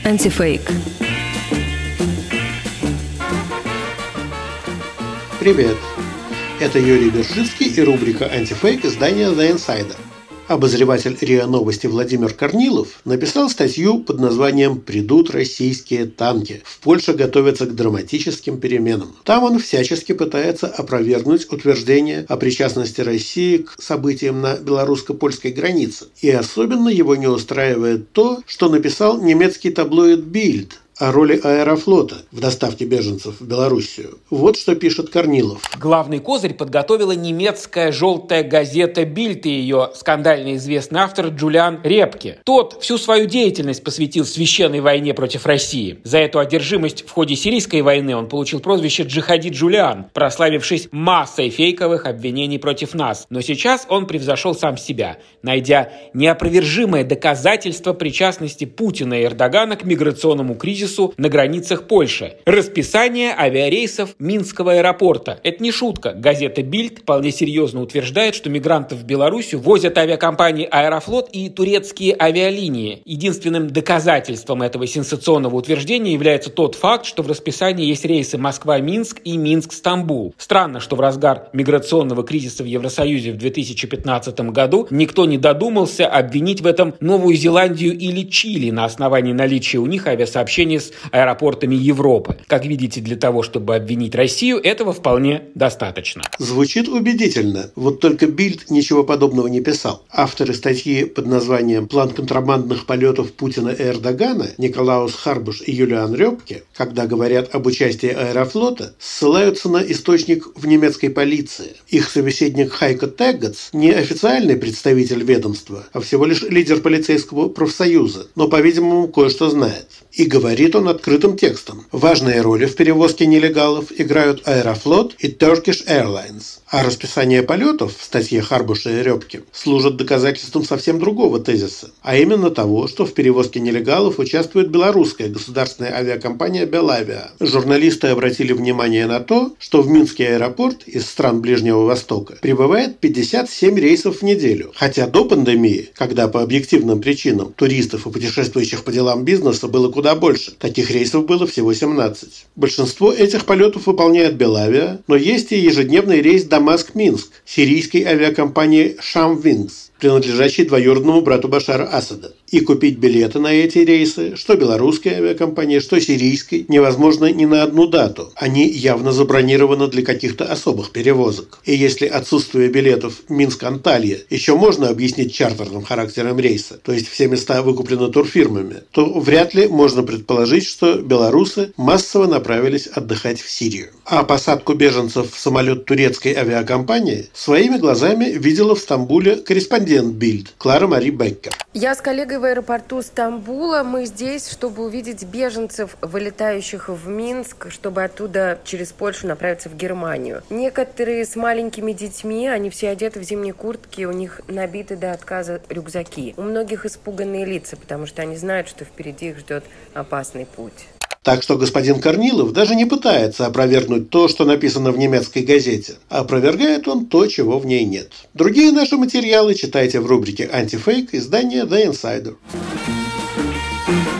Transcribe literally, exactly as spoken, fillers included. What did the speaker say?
Антифейк. Привет! Это Юрий Бершицкий и рубрика «Антифейк» издания The Insider. Обозреватель РИА Новости Владимир Корнилов написал статью под названием «Придут российские танки. В Польше готовятся к драматическим переменам». Там он всячески пытается опровергнуть утверждение о причастности России к событиям на белорусско-польской границе. И особенно его не устраивает то, что написал немецкий таблоид Bild о роли Аэрофлота в доставке беженцев в Белоруссию. Вот что пишет Корнилов. Главный козырь подготовила немецкая желтая газета «Бильд» и ее скандально известный автор Джулиан Репке. Тот всю свою деятельность посвятил священной войне против России. За эту одержимость в ходе сирийской войны он получил прозвище «Джихади Джулиан», прославившись массой фейковых обвинений против нас. Но сейчас он превзошел сам себя, найдя неопровержимое доказательство причастности Путина и Эрдогана к миграционному кризису на границах Польши. Расписание авиарейсов Минского аэропорта. Это не шутка. Газета «Бильд» вполне серьезно утверждает, что мигрантов в Белоруссию возят авиакомпании «Аэрофлот» и турецкие авиалинии. Единственным доказательством этого сенсационного утверждения является тот факт, что в расписании есть рейсы Москва-Минск и Минск-Стамбул. Странно, что в разгар миграционного кризиса в Евросоюзе в две тысячи пятнадцатом году никто не додумался обвинить в этом Новую Зеландию или Чили на основании наличия у них авиасообщений с аэропортами Европы. Как видите, для того, чтобы обвинить Россию, этого вполне достаточно. Звучит убедительно, вот только Бильд ничего подобного не писал. Авторы статьи под названием «План контрабандных полетов Путина и Эрдогана» Николаус Харбуш и Юлиан Репке, когда говорят об участии Аэрофлота, ссылаются на источник в немецкой полиции. Их собеседник Хайко Теггац не официальный представитель ведомства, а всего лишь лидер полицейского профсоюза, но, по-видимому, кое-что знает. И говорит он открытым текстом. Важные роли в перевозке нелегалов играют Аэрофлот и Turkish Airlines. А расписание полетов в статье Харбуша и Репке служит доказательством совсем другого тезиса, а именно того, что в перевозке нелегалов участвует белорусская государственная авиакомпания «Белавиа». Журналисты обратили внимание на то, что в Минский аэропорт из стран Ближнего Востока прибывает пятьдесят семь рейсов в неделю, хотя до пандемии, когда по объективным причинам туристов и путешествующих по делам бизнеса было куда больше, таких рейсов было всего семнадцать. Большинство этих полетов выполняет «Белавиа», но есть и ежедневный рейс Дамаск-Минск сирийской авиакомпании «Шам Вингс», принадлежащей двоюродному брату Башара Асада. И купить билеты на эти рейсы, что белорусской авиакомпании, что сирийской, невозможно ни на одну дату. Они явно забронированы для каких-то особых перевозок. И если отсутствие билетов Минск-Анталья еще можно объяснить чартерным характером рейса, то есть все места выкуплены турфирмами, то вряд ли можно предположить, что белорусы массово направились отдыхать в Сирию. А посадку беженцев в самолет турецкой авиакомпании своими глазами видела в Стамбуле корреспондент Бильд Клара Мари Беккер. Я с коллегой в аэропорту Стамбула. Мы здесь, чтобы увидеть беженцев, вылетающих в Минск, чтобы оттуда через Польшу направиться в Германию. Некоторые с маленькими детьми, они все одеты в зимние куртки, у них набиты до отказа рюкзаки. У многих испуганные лица, потому что они знают, что впереди их ждет опасный путь. Так что господин Корнилов даже не пытается опровергнуть то, что написано в немецкой газете. А опровергает он то, чего в ней нет. Другие наши материалы читайте в рубрике «Антифейк» издания The Insider.